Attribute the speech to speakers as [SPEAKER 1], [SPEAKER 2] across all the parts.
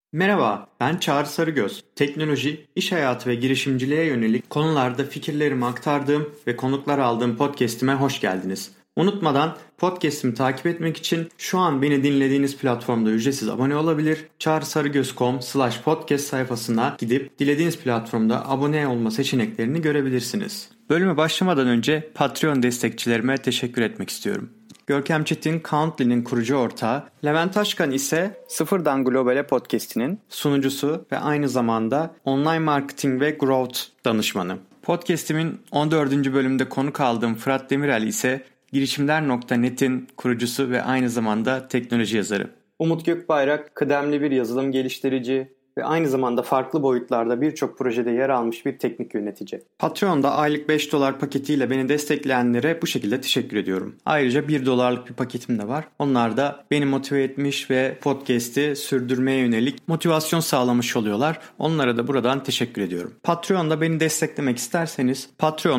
[SPEAKER 1] Merhaba, ben Çağrı Sarıgöz. Teknoloji, iş hayatı ve girişimciliğe yönelik konularda fikirlerimi aktardığım ve konuklar aldığım podcast'ime hoş geldiniz. Unutmadan podcast'imi takip etmek için şu an beni dinlediğiniz platformda ücretsiz abone olabilir. çağrısarıgöz.com/podcast sayfasına gidip dilediğiniz platformda abone olma seçeneklerini görebilirsiniz. Bölüme başlamadan önce Patreon destekçilerime teşekkür etmek istiyorum. Görkem Çetin, Countly'nin kurucu ortağı, Levent Taşkan ise Sıfırdan Globale podcast'inin sunucusu ve aynı zamanda online marketing ve growth danışmanı. Podcast'imin 14. bölümünde konuk aldığım Fırat Demirel ise girişimler.net'in kurucusu ve aynı zamanda teknoloji yazarı. Umut Gökbayrak, kıdemli bir yazılım geliştirici ve aynı zamanda farklı boyutlarda birçok projede yer almış bir teknik yönetici. Patreon'da aylık $5 paketiyle beni destekleyenlere bu şekilde teşekkür ediyorum. Ayrıca $1'lık bir paketim de var. Onlar da beni motive etmiş ve podcast'i sürdürmeye yönelik motivasyon sağlamış oluyorlar. Onlara da buradan teşekkür ediyorum. Patreon'da beni desteklemek isterseniz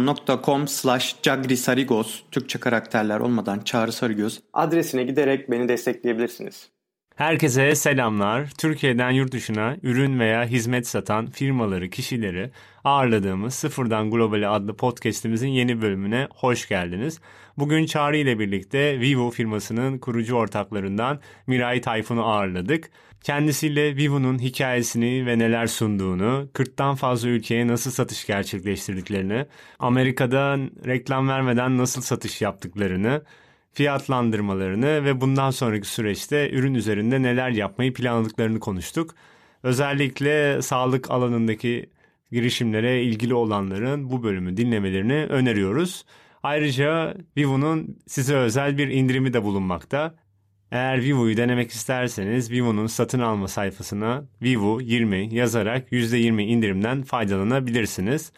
[SPEAKER 1] patreon.com/cagrisarigos Türkçe karakterler olmadan Çağrı Sarıgöz adresine giderek beni destekleyebilirsiniz.
[SPEAKER 2] Herkese selamlar. Türkiye'den yurt dışına ürün veya hizmet satan firmaları, kişileri ağırladığımız Sıfırdan Globale adlı podcast'imizin yeni bölümüne hoş geldiniz. Bugün Çağrı ile birlikte Vivo firmasının kurucu ortaklarından Miray Tayfun'u ağırladık. Kendisiyle Vivo'nun hikayesini ve neler sunduğunu, 40'tan fazla ülkeye nasıl satış gerçekleştirdiklerini, Amerika'dan reklam vermeden nasıl satış yaptıklarını, fiyatlandırmalarını ve bundan sonraki süreçte ürün üzerinde neler yapmayı planladıklarını konuştuk. Özellikle sağlık alanındaki girişimlere ilgili olanların bu bölümü dinlemelerini öneriyoruz. Ayrıca Vivo'nun size özel bir indirimi de bulunmakta. Eğer Vivo'yu denemek isterseniz Vivo'nun satın alma sayfasına Vivo 20 yazarak %20 indirimden faydalanabilirsiniz.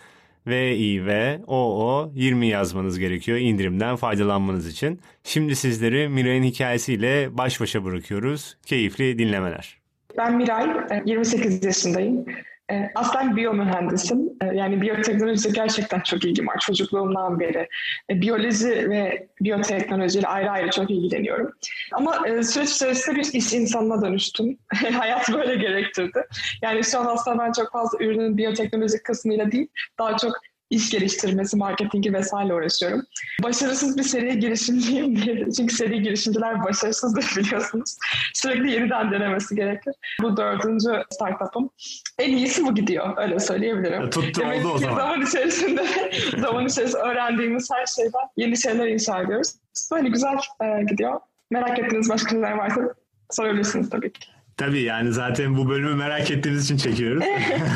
[SPEAKER 2] VIVOO 20 yazmanız gerekiyor indirimden faydalanmanız için. Şimdi sizleri Miray'ın hikayesiyle baş başa bırakıyoruz. Keyifli dinlemeler.
[SPEAKER 3] Ben Miray, 28 yaşındayım. Aslen biyomühendisim. Yani biyoteknoloji gerçekten çok ilgim var çocukluğumdan beri. Biyoloji ve biyoteknolojiyle ayrı ayrı çok ilgileniyorum. Ama süreç içerisinde bir iş insanına dönüştüm. Hayat böyle gerektirdi. Yani şu an aslında ben çok fazla ürünün biyoteknolojik kısmıyla değil, daha çok iş geliştirmesi, marketingi vesaire uğraşıyorum. Başarısız bir seri girişimciyim diye. Çünkü seri girişimciler başarısızdır biliyorsunuz. Sürekli yeniden denemesi gerekir. Bu 4. startup'ım. En iyisi bu gidiyor. Öyle söyleyebilirim.
[SPEAKER 2] Tuttu
[SPEAKER 3] Demek
[SPEAKER 2] oldu o zaman.
[SPEAKER 3] Zaman içerisinde öğrendiğimiz her şeyden yeni şeyler inşa ediyoruz. Böyle güzel gidiyor. Merak ettiğiniz başka neler varsa sorabilirsiniz tabii ki.
[SPEAKER 2] Tabii yani zaten bu bölümü merak ettiğimiz için çekiyoruz.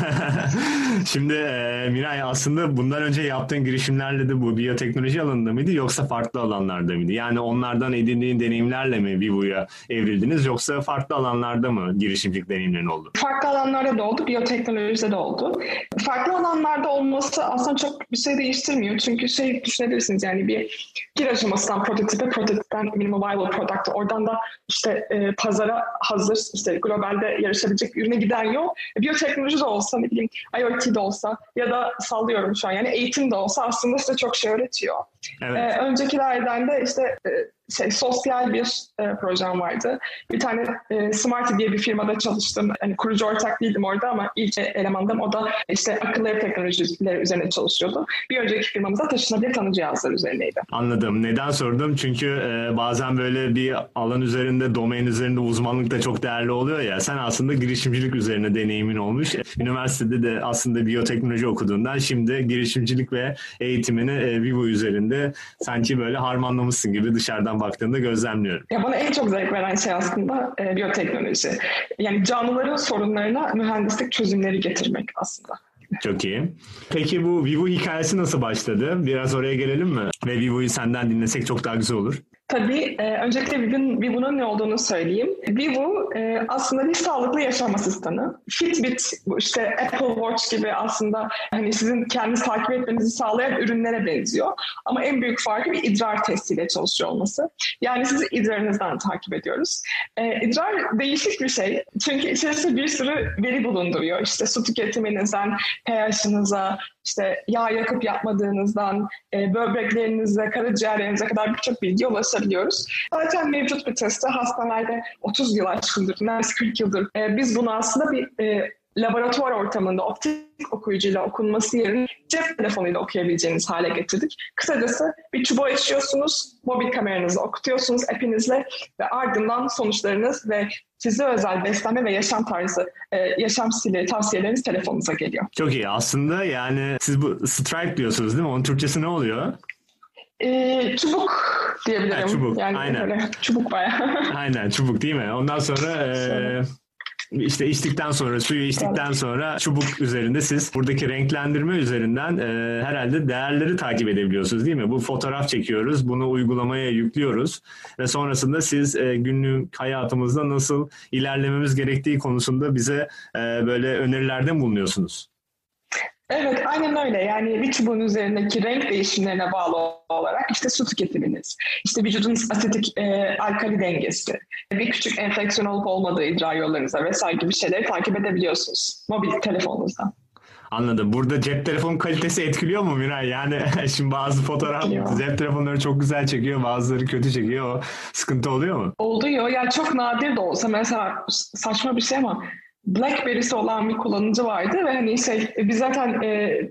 [SPEAKER 2] Şimdi Miray aslında bundan önce yaptığın girişimlerle de bu biyoteknoloji alanında mıydı yoksa farklı alanlarda mıydı? Yani onlardan edindiğin deneyimlerle mi Vivo'ya evrildiniz yoksa farklı alanlarda mı girişimcilik deneyimlerin oldu?
[SPEAKER 3] Farklı alanlarda da oldu, biyoteknolojide de oldu. Farklı alanlarda olması aslında çok bir şey değiştirmiyor. Çünkü düşünebilirsiniz yani bir aşamasından prototipten minimum viable product, oradan da işte pazara hazır, işte globalde yarışabilecek ürüne giden yol. Biyoteknoloji de olsa, ne bileyim IoT de olsa ya da sallıyorum şu an yani eğitim de olsa aslında size çok şey öğretiyor. Evet. Öncekilerden de işte sosyal bir projem vardı. Bir tane Smarty diye bir firmada çalıştım. Hani kurucu ortak değildim orada ama ilk elemandım. O da işte akıllı ev teknolojileri üzerine çalışıyordu. Bir önceki firmamızda taşınabilir tanı cihazları üzerineydi.
[SPEAKER 2] Anladım. Neden sordum? Çünkü bazen böyle bir alan üzerinde, domain üzerinde uzmanlık da çok değerli oluyor ya. Sen aslında girişimcilik üzerine deneyimin olmuş. Üniversitede de aslında biyoteknoloji okuduğundan şimdi girişimcilik ve eğitimini Vivo üzerinde sanki böyle harmanlamışsın gibi dışarıdan baktığımda gözlemliyorum.
[SPEAKER 3] Ya bana en çok zevk veren şey aslında biyoteknoloji. Yani canlıların sorunlarına mühendislik çözümleri getirmek aslında.
[SPEAKER 2] Çok iyi. Peki bu Vivo hikayesi nasıl başladı? Biraz oraya gelelim mi? Ve Vivo'yu senden dinlesek çok daha güzel olur.
[SPEAKER 3] Tabii. Öncelikle Vivo'nun ne olduğunu söyleyeyim. Vivo aslında bir sağlıklı yaşam asistanı. Fitbit, işte Apple Watch gibi aslında hani sizin kendinizi takip etmenizi sağlayan ürünlere benziyor. Ama en büyük farkı bir idrar testiyle çalışıyor olması. Yani sizi idrarınızdan takip ediyoruz. İdrar değişik bir şey. Çünkü içerisinde bir sürü veri bulunduruyor. İşte su tüketiminizden pH'ınıza, işte yağ yakıp yapmadığınızdan, böbreklerinize, karaciğerlerinize kadar birçok bilgi ulaşabiliyorsunuz. başlatabiliyoruz. Zaten mevcut bir testi hastanelerde 30 yıl aşkındır, neredeyse 40 yıldır. Biz bunu aslında bir laboratuvar ortamında optik okuyucuyla okunması yerine cep telefonuyla okuyabileceğiniz hale getirdik. Kısacası bir çubuğu açıyorsunuz, mobil kameranızı okutuyorsunuz app'inizle ve ardından sonuçlarınız ve size özel beslenme ve yaşam tarzı, yaşam stili tavsiyeleriniz telefonunuza geliyor.
[SPEAKER 2] Çok iyi. Aslında yani siz bu Stripe diyorsunuz değil mi? Onun Türkçesi ne oluyor?
[SPEAKER 3] Çubuk diyebilirim.
[SPEAKER 2] Çubuk,
[SPEAKER 3] yani
[SPEAKER 2] aynen.
[SPEAKER 3] Öyle, çubuk bayağı.
[SPEAKER 2] Aynen, çubuk değil mi? Ondan sonra işte suyu içtikten sonra çubuk üzerinde siz buradaki renklendirme üzerinden herhalde değerleri takip edebiliyorsunuz değil mi? Bu fotoğraf çekiyoruz, bunu uygulamaya yüklüyoruz ve sonrasında siz günlük hayatımızda nasıl ilerlememiz gerektiği konusunda bize böyle önerilerde bulunuyorsunuz.
[SPEAKER 3] Evet, aynen öyle. Yani bir çubuğun üzerindeki renk değişimlerine bağlı olarak işte su tüketiminiz, işte vücudunuz asetik alkali dengesi, bir küçük enfeksiyon olup olmadığı idrar yollarınıza vesaire gibi şeyleri takip edebiliyorsunuz mobil telefonunuzdan.
[SPEAKER 2] Anladım. Burada cep telefonu kalitesi etkiliyor mu Miray? Yani şimdi bazı cep telefonları çok güzel çekiyor, bazıları kötü çekiyor. O sıkıntı oluyor mu?
[SPEAKER 3] Oluyor. Yani çok nadir de olsa mesela saçma bir şey ama BlackBerry'si olan bir kullanıcı vardı ve hani biz zaten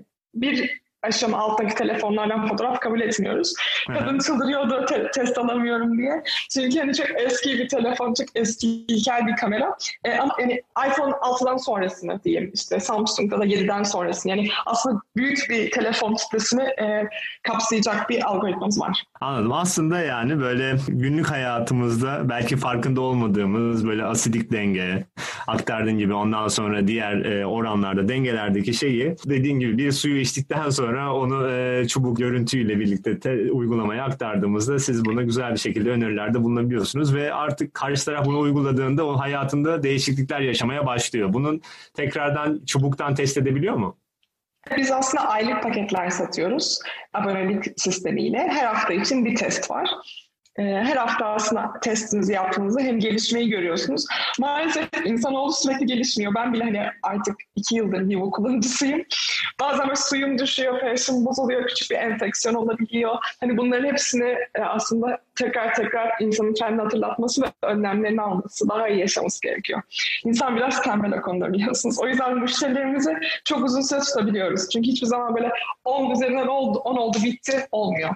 [SPEAKER 3] bir aşama alttaki telefonlardan fotoğraf kabul etmiyoruz. Kadın çıldırıyordu test alamıyorum diye. Çünkü hani çok eski bir telefon, çok eski bir kamera. Ama yani iPhone 6'dan sonrasını diyeyim, işte Samsung'da da 7'den sonrasını, yani aslında büyük bir telefon kitlesini kapsayacak bir algoritmamız var.
[SPEAKER 2] Anladım. Aslında yani böyle günlük hayatımızda belki farkında olmadığımız böyle asidik denge, aktardığın gibi ondan sonra diğer oranlarda, dengelerdeki şeyi dediğin gibi bir suyu içtikten sonra onu çubuk görüntüyle birlikte uygulamaya aktardığımızda siz buna güzel bir şekilde önerilerde bulunabiliyorsunuz ve artık karşı taraf bunu uyguladığında o hayatında değişiklikler yaşamaya başlıyor. Bunun tekrardan çubuktan test edebiliyor mu?
[SPEAKER 3] Biz aslında aylık paketler satıyoruz abonelik sistemiyle. Her hafta için bir test var. Her hafta aslında testinizi yaptığınızda hem gelişmeyi görüyorsunuz. Maalesef insanoğlu sürekli gelişmiyor. Ben bile hani artık 2 yıldır Vivo kullanıcısıyım. Bazen böyle suyum düşüyor, pH'im bozuluyor, küçük bir enfeksiyon olabiliyor. Hani bunların hepsini aslında tekrar insanın kendini hatırlatması ve önlemlerini alması, daha iyi yaşaması gerekiyor. İnsan biraz tembel o konuda, biliyorsunuz. O yüzden müşterilerimizi çok uzun süre tutabiliyoruz. Çünkü hiçbir zaman böyle 10 üzerinden 10 oldu bitti olmuyor.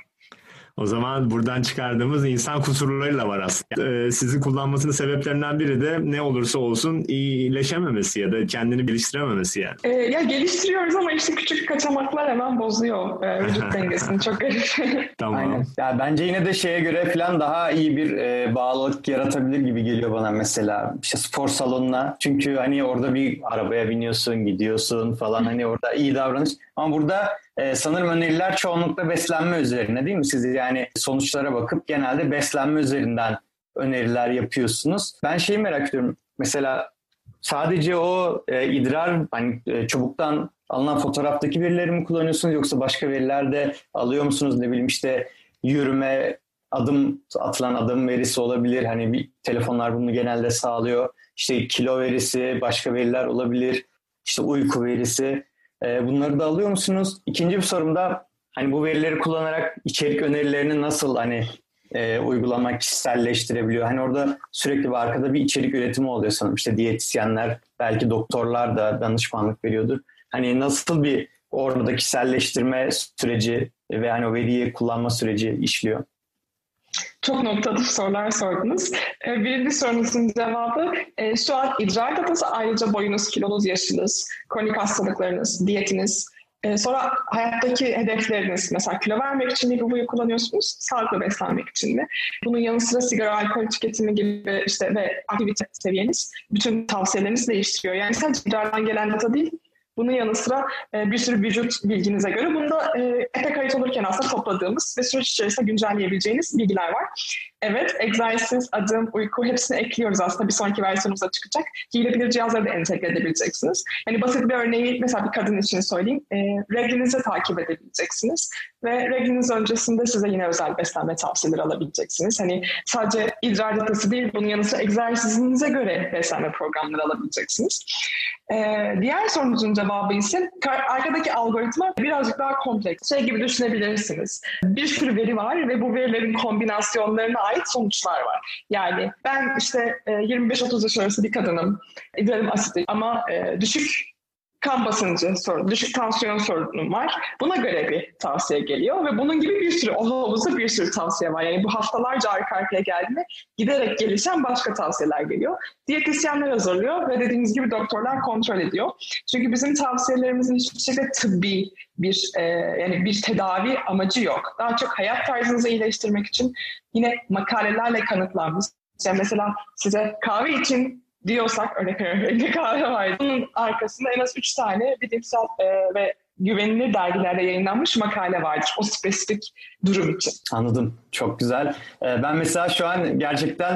[SPEAKER 2] O zaman buradan çıkardığımız insan kusurlarıyla var aslında. Sizi kullanmasının sebeplerinden biri de ne olursa olsun iyileşememesi ya da kendini geliştirememesi yani.
[SPEAKER 3] Ya geliştiriyoruz ama işte küçük kaçamaklar hemen bozuyor vücut dengesini. Çok garip.
[SPEAKER 2] Tamam.
[SPEAKER 4] Aynen. Ya bence yine de şeye göre falan daha iyi bir bağlılık yaratabilir gibi geliyor bana mesela. İşte spor salonuna. Çünkü hani orada bir arabaya biniyorsun, gidiyorsun falan, hani orada iyi davranış. Ama burada sanırım öneriler çoğunlukla beslenme üzerine değil mi? Siz yani sonuçlara bakıp genelde beslenme üzerinden öneriler yapıyorsunuz. Ben şeyi merak ediyorum. Mesela sadece o idrar hani çubuktan alınan fotoğraftaki verileri mi kullanıyorsunuz, yoksa başka veriler de alıyor musunuz? Ne bileyim işte yürüme, atılan adım verisi olabilir. Hani bir telefonlar bunu genelde sağlıyor. İşte kilo verisi, başka veriler olabilir. İşte uyku verisi. Bunları da alıyor musunuz? İkinci bir sorum da hani bu verileri kullanarak içerik önerilerini nasıl uygulamak, kişiselleştirebiliyor? Hani orada sürekli bir arkada bir içerik üretimi oluyor sanırım. İşte diyetisyenler, belki doktorlar da danışmanlık veriyordur. Hani nasıl bir orada kişiselleştirme süreci ve hani o veriyi kullanma süreci işliyor?
[SPEAKER 3] Çok noktalı sorular sordunuz. Birinci sorunuzun cevabı şu an idrar datası, ayrıca boyunuz, kilonuz, yaşınız, kronik hastalıklarınız, diyetiniz, sonra hayattaki hedefleriniz, mesela kilo vermek için mi bu boyu kullanıyorsunuz, sağlıklı beslenmek için mi? Bunun yanı sıra sigara, alkol tüketimi gibi işte ve aktivite seviyeniz, bütün tavsiyeleriniz değiştiriyor. Yani sadece idrardan gelen data değil, bunun yanı sıra bir sürü vücut bilginize göre bunu da epey kayıt olurken aslında topladığımız ve süreç içerisinde güncelleyebileceğiniz bilgiler var. Evet, egzersiz, adım, uyku hepsini ekliyoruz aslında, bir sonraki versiyonumuzda çıkacak. Giyilebilir cihazları da entegre edebileceksiniz. Yani basit bir örneği mesela bir kadın için söyleyeyim. Reglinizi takip edebileceksiniz ve regliniz öncesinde size yine özel beslenme tavsiyeleri alabileceksiniz. Hani sadece idrar datası değil, bunun yanı sıra egzersizinize göre beslenme programları alabileceksiniz. Diğer sorunuzun cevabı ise arkadaki algoritma birazcık daha kompleks. Şey gibi düşünebilirsiniz. Bir sürü veri var ve bu verilerin kombinasyonlarına ait sonuçlar var. Yani ben işte 25-30 yaş arası bir kadınım. İdrarım asitli ama düşük kan basıncı sorunu, düşük tansiyon sorunum var. Buna göre bir tavsiye geliyor ve bunun gibi bir sürü, o havuzda bir sürü tavsiye var. Yani bu haftalarca arka arkaya geldiğinde giderek gelişen başka tavsiyeler geliyor. Diyetisyenler hazırlıyor ve dediğiniz gibi doktorlar kontrol ediyor. Çünkü bizim tavsiyelerimizin hiçbir şekilde tıbbi yani bir tedavi amacı yok. Daha çok hayat tarzınızı iyileştirmek için yine makalelerle kanıtlanmış. Yani mesela size kahve için diyorsak, örnek veriyorum, kahve var. Bunun arkasında en az 3 tane bilimsel ve güvenilir dergilerde yayınlanmış makale vardır o spesifik durum için.
[SPEAKER 4] Anladım. Çok güzel. Ben mesela şu an gerçekten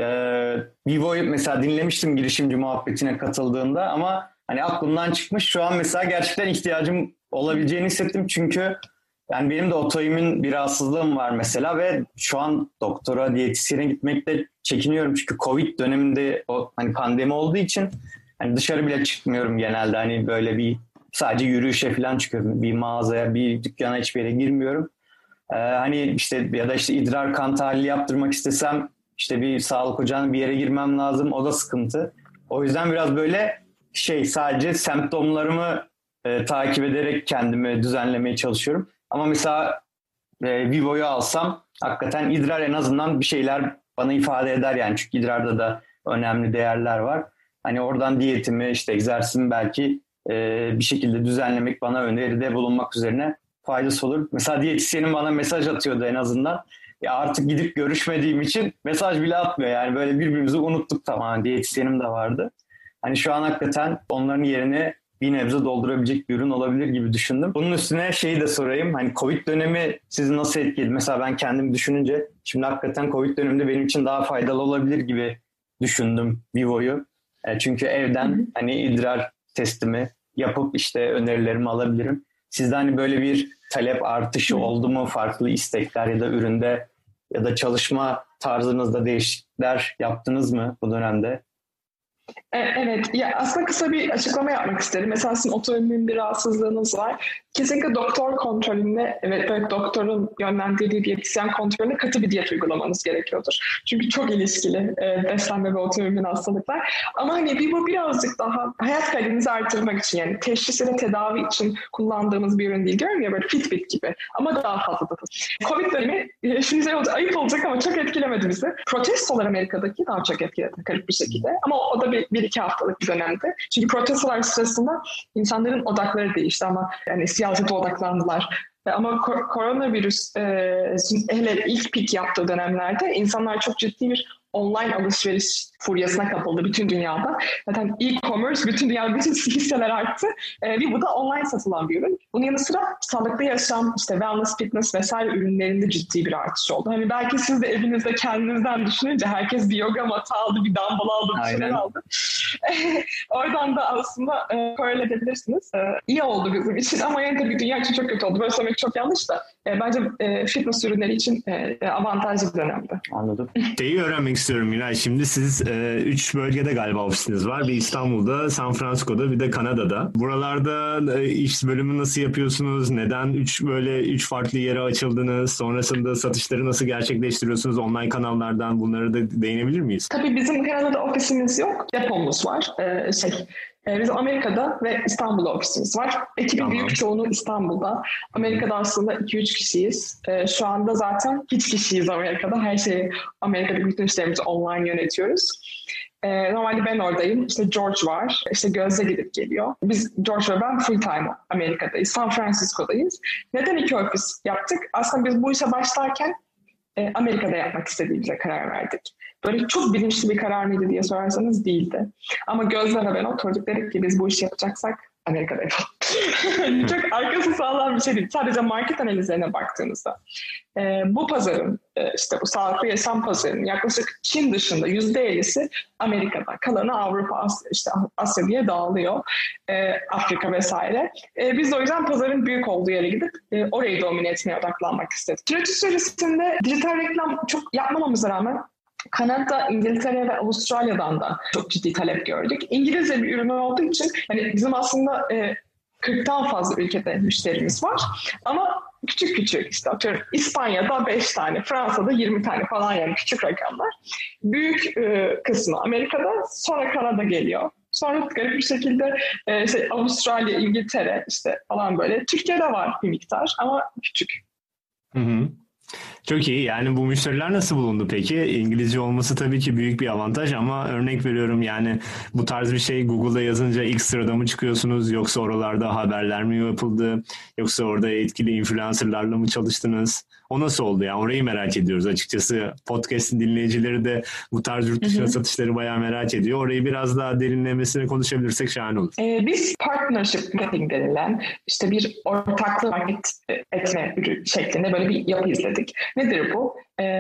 [SPEAKER 4] Vivo'yu mesela dinlemiştim girişimci muhabbetine katıldığında ama hani aklımdan çıkmış. Şu an mesela gerçekten ihtiyacım olabileceğini hissettim çünkü yani benim de otoimmün bir rahatsızlığım var mesela ve şu an doktora, diyetisyene gitmekte çekiniyorum çünkü Covid döneminde o hani pandemi olduğu için hani dışarı bile çıkmıyorum genelde. Hani böyle sadece yürüyüşe falan çıkıyorum. Bir mağazaya, bir dükkana hiçbir yere girmiyorum. Hani işte ya da işte idrar kan tahlili yaptırmak istesem işte bir sağlık ocağına bir yere girmem lazım. O da sıkıntı. O yüzden biraz böyle sadece semptomlarımı takip ederek kendimi düzenlemeye çalışıyorum. Ama mesela Vivo'yu alsam hakikaten idrar en azından bir şeyler bana ifade eder yani. Çünkü idrarda da önemli değerler var. Hani oradan diyetimi, işte egzersizimi belki bir şekilde düzenlemek bana öneride bulunmak üzerine faydası olur. Mesela diyetisyenim bana mesaj atıyordu en azından. Ya artık gidip görüşmediğim için mesaj bile atmıyor. Yani böyle birbirimizi unuttuk tamamen. Diyetisyenim de vardı. Hani şu an hakikaten onların yerine bir nebze doldurabilecek bir ürün olabilir gibi düşündüm. Bunun üstüne de sorayım. Hani Covid dönemi sizi nasıl etkiledi? Mesela ben kendimi düşününce şimdi hakikaten Covid döneminde benim için daha faydalı olabilir gibi düşündüm Vivo'yu. Çünkü evden hani idrar testimi yapıp işte önerilerimi alabilirim. Sizde hani böyle bir talep artışı oldu mu? Farklı istekler ya da üründe ya da çalışma tarzınızda değişiklikler yaptınız mı bu dönemde?
[SPEAKER 3] Evet, ya aslında kısa bir açıklama yapmak isterim. Mesela sizin otoimmün bir rahatsızlığınız var. Kesinlikle doktor kontrolünde, evet doktorun yönlendirdiği diyetisyen kontrolünde katı bir diyet uygulamanız gerekiyordur. Çünkü çok ilişkili beslenme ve otoimmün hastalıklar. Ama hani bu birazcık daha hayat kalitenizi artırmak için yani teşhis ve tedavi için kullandığımız bir ürün değil. Diyorum ya böyle Fitbit gibi ama daha fazla da. Covid dönemi şimdi ayıp olacak ama çok etkilemedi bizi. Protestolar Amerika'daki daha çok etkiledi garip bir şekilde. Ama o da bir iki haftalık bir dönemdi. Çünkü protestolar sırasında insanların odakları değişti ama yani siyasete odaklandılar. Ama koronavirüs hele ilk pik yaptığı dönemlerde insanlar çok ciddi bir online alışveriş furyasına kapıldı bütün dünyada. Zaten e-commerce bütün dünyada bütün hisseler arttı. Ve bu da online satılan bir ürün. Bunun yanı sıra sağlıklı yaşam, işte wellness, fitness vesaire ürünlerinde ciddi bir artış oldu. Hani belki siz de evinizde kendinizden düşününce herkes bir yoga matı aldı, bir dumbbell aldı, bir şeyler aldı. Oradan da aslında korele edebilirsiniz. İyi oldu bizim için ama yine tabii dünya için çok kötü oldu. Böyle söylemek çok yanlış da. Bence fitness ürünleri için avantajlı bir dönemdi.
[SPEAKER 4] Anladım.
[SPEAKER 2] Şeyi öğrenmek istiyorum Miray. Şimdi siz 3 bölgede galiba ofisiniz var. Bir İstanbul'da, San Francisco'da, bir de Kanada'da. Buralarda iş bölümü nasıl yapıyorsunuz? Neden 3 farklı yere açıldınız? Sonrasında satışları nasıl gerçekleştiriyorsunuz? Online kanallardan bunları da değinebilir miyiz?
[SPEAKER 3] Tabii bizim Kanada'da ofisimiz yok. Depomuz var. Bizim Amerika'da ve İstanbul'da ofisimiz var. Ekibin büyük çoğunluğu İstanbul'da. Amerika'da aslında 2-3 kişiyiz. Şu anda zaten hiç kişiyiz Amerika'da. Her şeyi Amerika'da bütün işlerimizi online yönetiyoruz. Normalde ben oradayım. İşte George var. İşte Gözde gidip geliyor. Biz George ve ben full time Amerika'dayız. San Francisco'dayız. Neden 2 ofis yaptık? Aslında biz bu işe başlarken Amerika'da yapmak istediğimize karar verdik. Böyle çok bilinçli bir karar mıydı diye sorarsanız değildi. Ama Gözde ve ben oturduk, dedik ki biz bu işi yapacaksak Amerika'da yapalım. Çok arkası sağlam bir şey değil. Sadece market analizlerine baktığınızda bu pazarın, işte bu sağlıklı yaşam pazarının yaklaşık Çin dışında %50'si Amerika'da. Kalanı Avrupa, işte Asya diye dağılıyor. Afrika vesaire. Biz de o yüzden pazarın büyük olduğu yere gidip orayı domine etmeye odaklanmak istedik. Süreç içerisinde dijital reklam çok yapmamamıza rağmen Kanada, İngiltere ve Avustralya'dan da çok ciddi talep gördük. İngilizce bir ürün olduğu için hani bizim aslında 40'tan fazla ülkede müşterimiz var. Ama küçük küçük işte atıyorum İspanya'da 5 tane, Fransa'da 20 tane falan, yani küçük rakamlar. Büyük kısmı Amerika'da, sonra Kanada geliyor. Sonra garip bir şekilde Avustralya, İngiltere işte falan böyle. Türkiye'de var bir miktar ama küçük.
[SPEAKER 2] Hı hı. Çok iyi. Yani bu müşteriler nasıl bulundu peki? İngilizce olması tabii ki büyük bir avantaj ama örnek veriyorum, yani bu tarz bir şey Google'da yazınca ilk sırada mı çıkıyorsunuz, yoksa oralarda haberler mi yapıldı, yoksa orada etkili influencerlarla mı çalıştınız? O nasıl oldu? Yani orayı merak ediyoruz açıkçası. Podcast'in dinleyicileri de bu tarz yurt dışına satışları bayağı merak ediyor. Orayı biraz daha derinlemesine konuşabilirsek şahane olur.
[SPEAKER 3] Biz partnership marketing denilen işte bir ortaklık market etme şeklinde böyle bir yapı izledik. Nedir bu?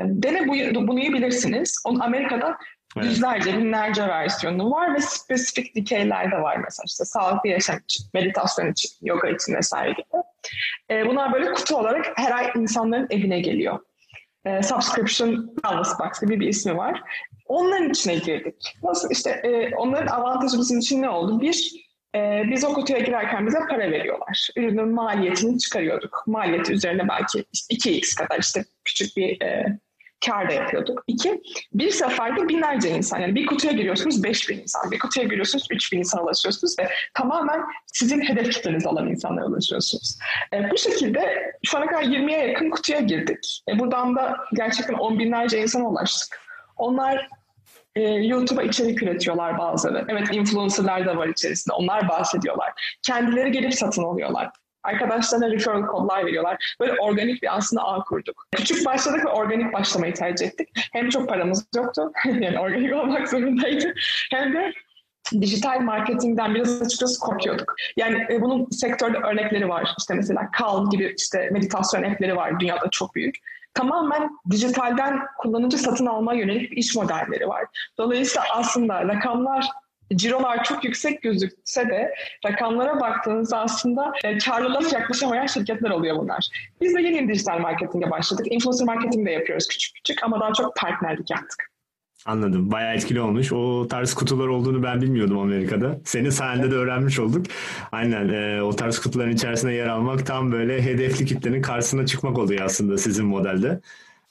[SPEAKER 3] Bunu iyi bilirsiniz. Onun Amerika'da yüzlerce, binlerce versiyonu var ve spesifik dikeyler de var mesela, işte sağlıklı yaşam için, meditasyon için, yoga için vesaire gibi. Bunlar böyle kutu olarak her ay insanların evine geliyor. Subscription Wellness Box gibi bir ismi var. Onların içine girdik. Nasıl işte onların avantajı bizim için ne oldu? Biz o kutuya girerken bize para veriyorlar. Ürünün maliyetini çıkarıyorduk. Maliyeti üzerine belki işte 2x kadar işte küçük bir kar da yapıyorduk. 2, bir seferde binlerce insan, yani bir kutuya giriyorsunuz 5.000 insan, bir kutuya giriyorsunuz 3.000 insana ulaşıyorsunuz ve tamamen sizin hedef kitleniz olan insanlara ulaşıyorsunuz. Bu şekilde şu ana kadar 20'ye yakın kutuya girdik. Buradan da gerçekten 10 binlerce insana ulaştık. Onlar YouTube'a içerik üretiyorlar bazıları. Evet, influencerlar da var içerisinde. Onlar bahsediyorlar. Kendileri gelip satın alıyorlar. Arkadaşlarına referral kodlar veriyorlar. Böyle organik bir aslında ağ kurduk. Küçük başladık ve organik başlamayı tercih ettik. Hem çok paramız yoktu. Yani organik olmak zorundaydı. Hem de dijital marketingden biraz açıkçası korkuyorduk. Yani bunun sektörde örnekleri var. İşte mesela Calm gibi işte meditasyon app'leri var. Dünyada çok büyük. Tamamen dijitalden kullanıcı satın alma yönelik iş modelleri var. Dolayısıyla aslında rakamlar, cirolar çok yüksek gözükse de rakamlara baktığınızda aslında karlılığa yaklaşamayan şirketler oluyor bunlar. Biz de yeni dijital marketinge başladık. Influencer marketing de yapıyoruz küçük küçük ama daha çok partnerlik yaptık.
[SPEAKER 2] Anladım. Bayağı etkili olmuş. O tarz kutular olduğunu ben bilmiyordum Amerika'da. Senin sayende de öğrenmiş olduk. Aynen. O tarz kutuların içerisinde yer almak tam böyle hedefli kitlenin karşısına çıkmak oluyor aslında sizin modelde.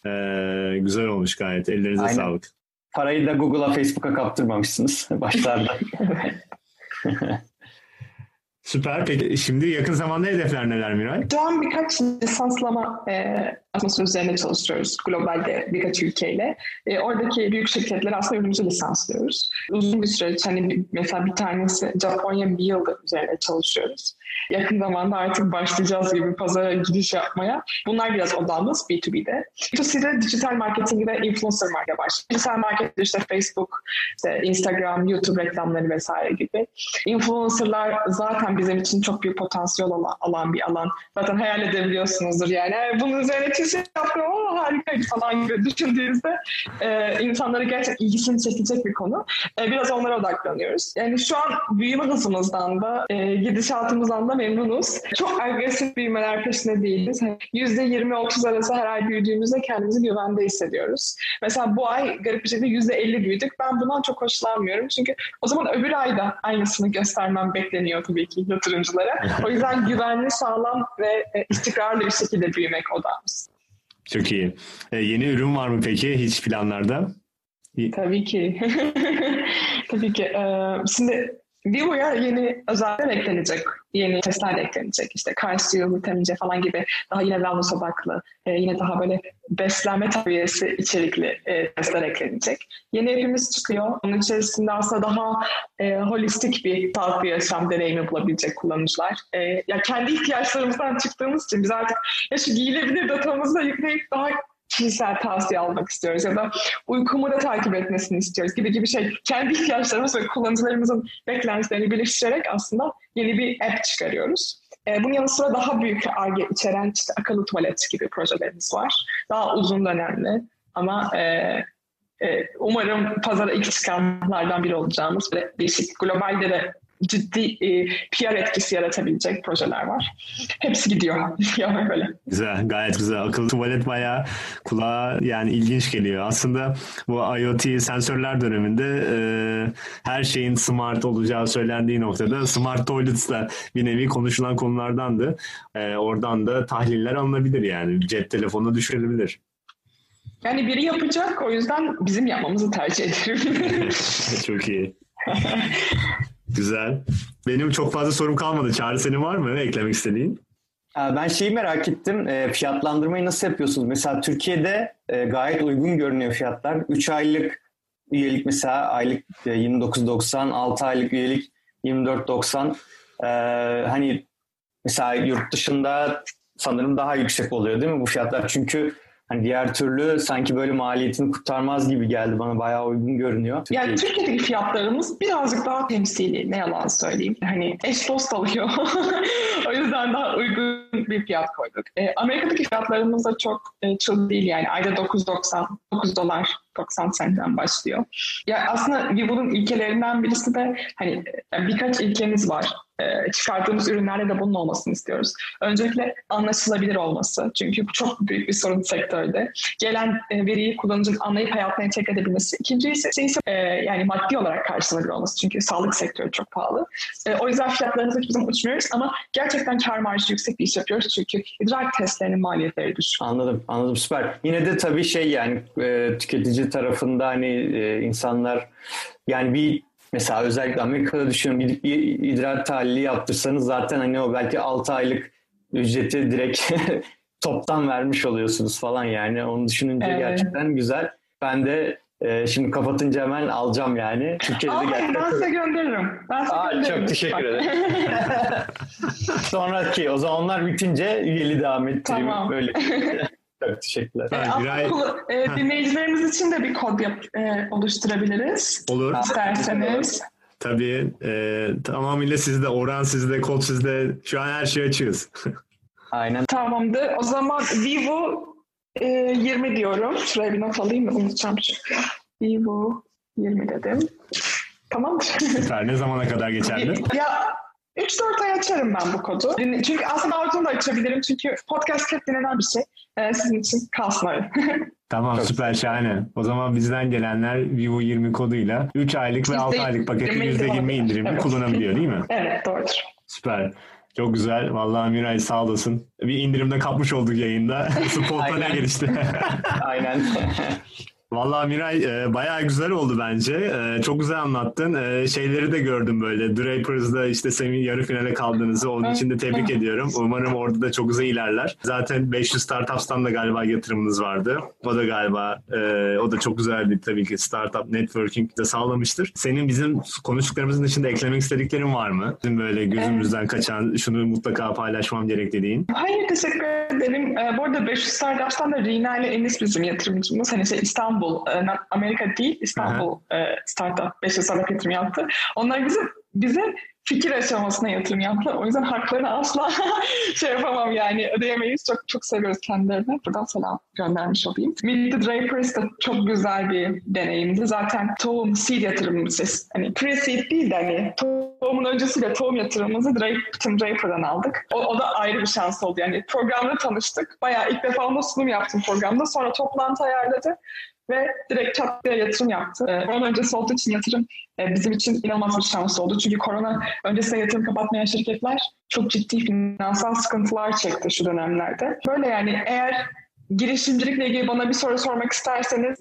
[SPEAKER 2] Güzel olmuş gayet. Ellerinize sağlık.
[SPEAKER 4] Parayı da Google'a, Facebook'a kaptırmamışsınız başlarda.
[SPEAKER 2] Süper. Peki şimdi yakın zamanda hedefler neler Miray?
[SPEAKER 3] Şu an birkaç lisanslama atması üzerine çalışıyoruz globalde birkaç ülkeyle. Oradaki büyük şirketler aslında ürünümüzü lisanslıyoruz. Uzun bir süreç, hani mesela bir tanesi Japonya, bir yıldır üzerine çalışıyoruz. Yakın zamanda artık başlayacağız gibi pazara giriş yapmaya. Bunlar biraz odamız B2B'de. B2C'de dijital marketing ve influencer marketing var. Dijital marketing işte Facebook, işte Instagram, YouTube reklamları vesaire gibi. Influencerlar zaten bizim için çok büyük potansiyel alan bir alan. Zaten hayal edebiliyorsunuzdur yani. Bunun üzerine çizim yapıyorum ama harika falan gibi düşündüğünüzde insanlara gerçekten ilgisini çekecek bir konu. Biraz onlara odaklanıyoruz. Yani şu an büyüme hızımızdan da gidişatımızdan da memnunuz. Çok agresif büyümeler peşinde değiliz. %20-30 arası her ay büyüdüğümüzde kendimizi güvende hissediyoruz. Mesela bu ay garip bir şekilde %50 büyüdük. Ben bundan çok hoşlanmıyorum. Çünkü o zaman öbür ayda aynısını göstermem bekleniyor tabii ki yatırımcılara. O yüzden güvenli, sağlam ve istikrarlı bir şekilde büyümek odamız.
[SPEAKER 2] Çok iyi. Yeni ürün var mı peki hiç planlarda?
[SPEAKER 3] Tabii ki. Tabii ki. Şimdi Vivo'ya yeni özellikler eklenecek. Yeni testler de eklenecek. İşte kalsiyum, vitamin C falan gibi daha yine wellness odaklı, yine daha böyle beslenme takviyesi içerikli testler eklenecek. Yeni app'imiz çıkıyor. Onun içerisinde aslında daha holistik bir sağlıklı yaşam deneyimi bulabilecek kullanıcılar. Ya kendi ihtiyaçlarımızdan çıktığımız için biz artık ya şu giyilebilir datamızı yükleyip daha kişisel tavsiye almak istiyoruz ya da uykumu da takip etmesini istiyoruz gibi şey. Kendi ihtiyaçlarımız ve kullanıcılarımızın beklentilerini birleştirerek aslında yeni bir app çıkarıyoruz. Bunun yanı sıra daha büyük Ar-Ge içeren işte akıllı tuvalet gibi projelerimiz var. Daha uzun dönemli ama umarım pazara ilk çıkanlardan biri olacağımız ve değişik globalde de ciddi PR etkisi yaratabilecek projeler var. Hepsi gidiyor. Yani böyle.
[SPEAKER 2] Güzel, gayet güzel. Akıllı tuvalet bayağı kulağa yani ilginç geliyor. Aslında bu IoT sensörler döneminde her şeyin smart olacağı söylendiği noktada smart toilets da bir nevi konuşulan konulardandı. Oradan da tahliller alınabilir yani. Cep telefonu düşürülebilir.
[SPEAKER 3] Yani biri yapacak, o yüzden bizim yapmamızı tercih ederim.
[SPEAKER 2] Çok iyi. Güzel. Benim çok fazla sorum kalmadı. Çağrı, senin var mı eklemek istediğin?
[SPEAKER 4] Ben şeyi merak ettim. Fiyatlandırmayı nasıl yapıyorsunuz? Mesela Türkiye'de gayet uygun görünüyor fiyatlar. 3 aylık üyelik mesela aylık 29.90, 6 aylık üyelik 24.90. Hani mesela yurt dışında sanırım daha yüksek oluyor değil mi bu fiyatlar? Çünkü hani diğer türlü sanki böyle maliyetini kurtarmaz gibi geldi bana. Bayağı uygun görünüyor.
[SPEAKER 3] Yani Türkiye'deki fiyatlarımız birazcık daha temsili, ne yalan söyleyeyim. Hani eş dost alıyor. O yüzden daha uygun bir fiyat koyduk. Amerika'daki fiyatlarımız da çok çıl değil yani. Ayda $9.90 başlıyor. Ya aslında Vivo'nun ilkelerinden birisi de hani birkaç ilkemiz var. Çıkardığımız ürünlerde de bunun olmasını istiyoruz. Öncelikle anlaşılabilir olması. Çünkü bu çok büyük bir sorun sektörde. Gelen veriyi kullanıcının anlayıp hayatına entegre edebilmesi. İkincisi ise yani maddi olarak karşılanabilir olması. Çünkü sağlık sektörü çok pahalı. O yüzden fiyatlarımızı hiçbir zaman uçmuyoruz ama gerçekten kar marjı yüksek bir iş yapıyoruz. Çünkü idrar testlerinin maliyetleri düşük.
[SPEAKER 4] Anladım süper. Yine de tabii yani tüketici tarafında hani insanlar yani bir mesela özellikle Amerika'da düşünüyorum, gidip bir idrar tahlili yaptırsanız zaten hani o belki 6 aylık ücreti direkt toptan vermiş oluyorsunuz falan yani. Onu düşününce gerçekten güzel. Ben de şimdi kapatınca hemen alacağım yani. Türkiye'de de gerçekten...
[SPEAKER 3] Ben size gönderirim.
[SPEAKER 4] Çok teşekkür ederim. Sonraki o zaman onlar bitince üyeli devam ettireyim.
[SPEAKER 3] Tamam.
[SPEAKER 4] Böyle. Çok teşekkürler.
[SPEAKER 3] Dinleyicilerimiz için de bir kod oluşturabiliriz.
[SPEAKER 2] Olur.
[SPEAKER 3] İsterseniz.
[SPEAKER 2] Tabii. Tamamıyla sizde. Oran sizde. Kod sizde. Şu an her şeyi açığız.
[SPEAKER 4] Aynen.
[SPEAKER 3] Tamamdır. O zaman Vivo 20 diyorum. Şuraya bir not alayım mı? Unutacağım çünkü. Vivo 20 dedim. Tamamdır.
[SPEAKER 2] Süper. Ne zamana kadar geçerli?
[SPEAKER 3] Ya 3-4 ay açarım ben bu kodu. Çünkü aslında Arzu'nu da açabilirim. Çünkü podcast hep dinlenen bir şey. Sizin için kalsın öyle.
[SPEAKER 2] Tamam, çok süper, şahane. O zaman bizden gelenler Vivo 20 koduyla 3 aylık ve 6 aylık paketi %20 indirimli kullanabiliyor değil mi?
[SPEAKER 3] Evet, doğrudur.
[SPEAKER 2] Süper. Çok güzel. Vallahi Miray sağ olasın. Bir indirimde kapmış olduk yayında. Spontane gelişti.
[SPEAKER 4] Aynen.
[SPEAKER 2] Vallahi Miray bayağı güzel oldu bence. Çok güzel anlattın. Şeyleri de gördüm böyle. Drapers'da işte senin yarı finale kaldığınızı. Onun için de tebrik ediyorum. Umarım orada da çok güzel ilerler. Zaten 500 Startups'tan da galiba yatırımınız vardı. O da galiba o da çok güzel bir tabii ki startup networking de sağlamıştır. Senin bizim konuştuklarımızın dışında eklemek istediklerin var mı? Bizim böyle gözümüzden kaçan, şunu mutlaka paylaşmam gerek dediğin.
[SPEAKER 3] Hayır, teşekkür ederim. Bu arada 500 Startups'tan da Rina ile Enis bizim yatırımcımız. Hani İstanbul, Amerika değil, İstanbul Startup 500 Startup yatırım yaptı. Onlar bize fikir aşamasına yatırım yaptı. O yüzden haklarını asla yapamam yani. Ödeyemeyiz. Çok çok seviyoruz kendilerini. Buradan selam göndermiş olayım. Meet the Drapers da çok güzel bir deneyimdi. Zaten tohum seed yatırımımız. Hani pre-seed değil de hani tohumun öncesiyle tohum yatırımımızı Tim Draper'dan aldık. O da ayrı bir şans oldu. Yani programda tanıştık. Bayağı ilk defa ona sunum yaptım programda. Sonra toplantı ayarladı. Ve direkt çat diye yatırım yaptı. Onun öncesi olduğu için yatırım bizim için inanılmaz bir şans oldu. Çünkü korona öncesinde yatırım kapatmayan şirketler çok ciddi finansal sıkıntılar çekti şu dönemlerde. Böyle yani eğer girişimcilikle ilgili bana bir soru sormak isterseniz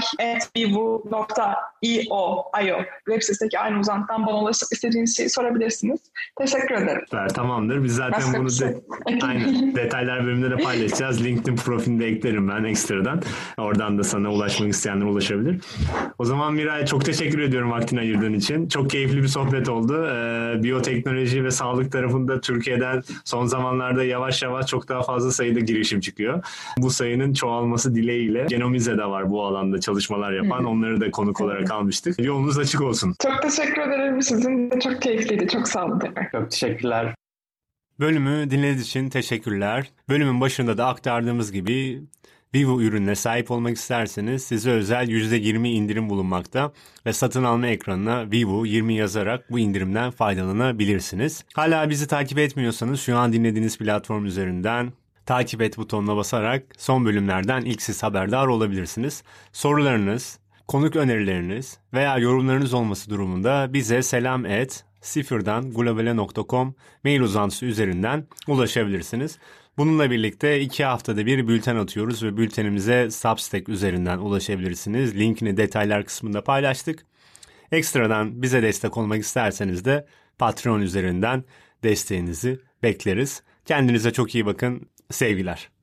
[SPEAKER 3] miray@vivo.io web sitesindeki aynı uzantıdan bana ulaşıp istediğiniz şeyi sorabilirsiniz. Teşekkür ederim.
[SPEAKER 2] Tamamdır. Biz zaten
[SPEAKER 3] başka
[SPEAKER 2] bunu aynen detaylar bölümünde de paylaşacağız. LinkedIn profilinde eklerim ben ekstradan. Oradan da sana ulaşmak isteyenler ulaşabilir. O zaman Miray, çok teşekkür ediyorum vaktini ayırdığın için. Çok keyifli bir sohbet oldu. Biyoteknoloji ve sağlık tarafında Türkiye'den son zamanlarda yavaş yavaş çok daha fazla sayıda girişim çıkıyor. Bu sayının çoğalması dileğiyle Genomize de var bu alanda çalışmalar yapan. Onları da konuk olarak almıştık. Yolunuz açık olsun.
[SPEAKER 3] Çok teşekkür ederim. Sizin de çok keyifliydi. Çok sağ olun.
[SPEAKER 4] Çok teşekkürler.
[SPEAKER 2] Bölümü dinlediğiniz için teşekkürler. Bölümün başında da aktardığımız gibi Vivo ürününe sahip olmak isterseniz size özel %20 indirim bulunmakta ve satın alma ekranına Vivo 20 yazarak bu indirimden faydalanabilirsiniz. Hala bizi takip etmiyorsanız şu an dinlediğiniz platform üzerinden takip et butonuna basarak son bölümlerden ilk siz haberdar olabilirsiniz. Sorularınız, konuk önerileriniz veya yorumlarınız olması durumunda bize selam@sifirdanglobale.com mail uzantısı üzerinden ulaşabilirsiniz. Bununla birlikte 2 haftada bir bülten atıyoruz ve bültenimize Substack üzerinden ulaşabilirsiniz. Linkini detaylar kısmında paylaştık. Ekstradan bize destek olmak isterseniz de Patreon üzerinden desteğinizi bekleriz. Kendinize çok iyi bakın. Sevgiler.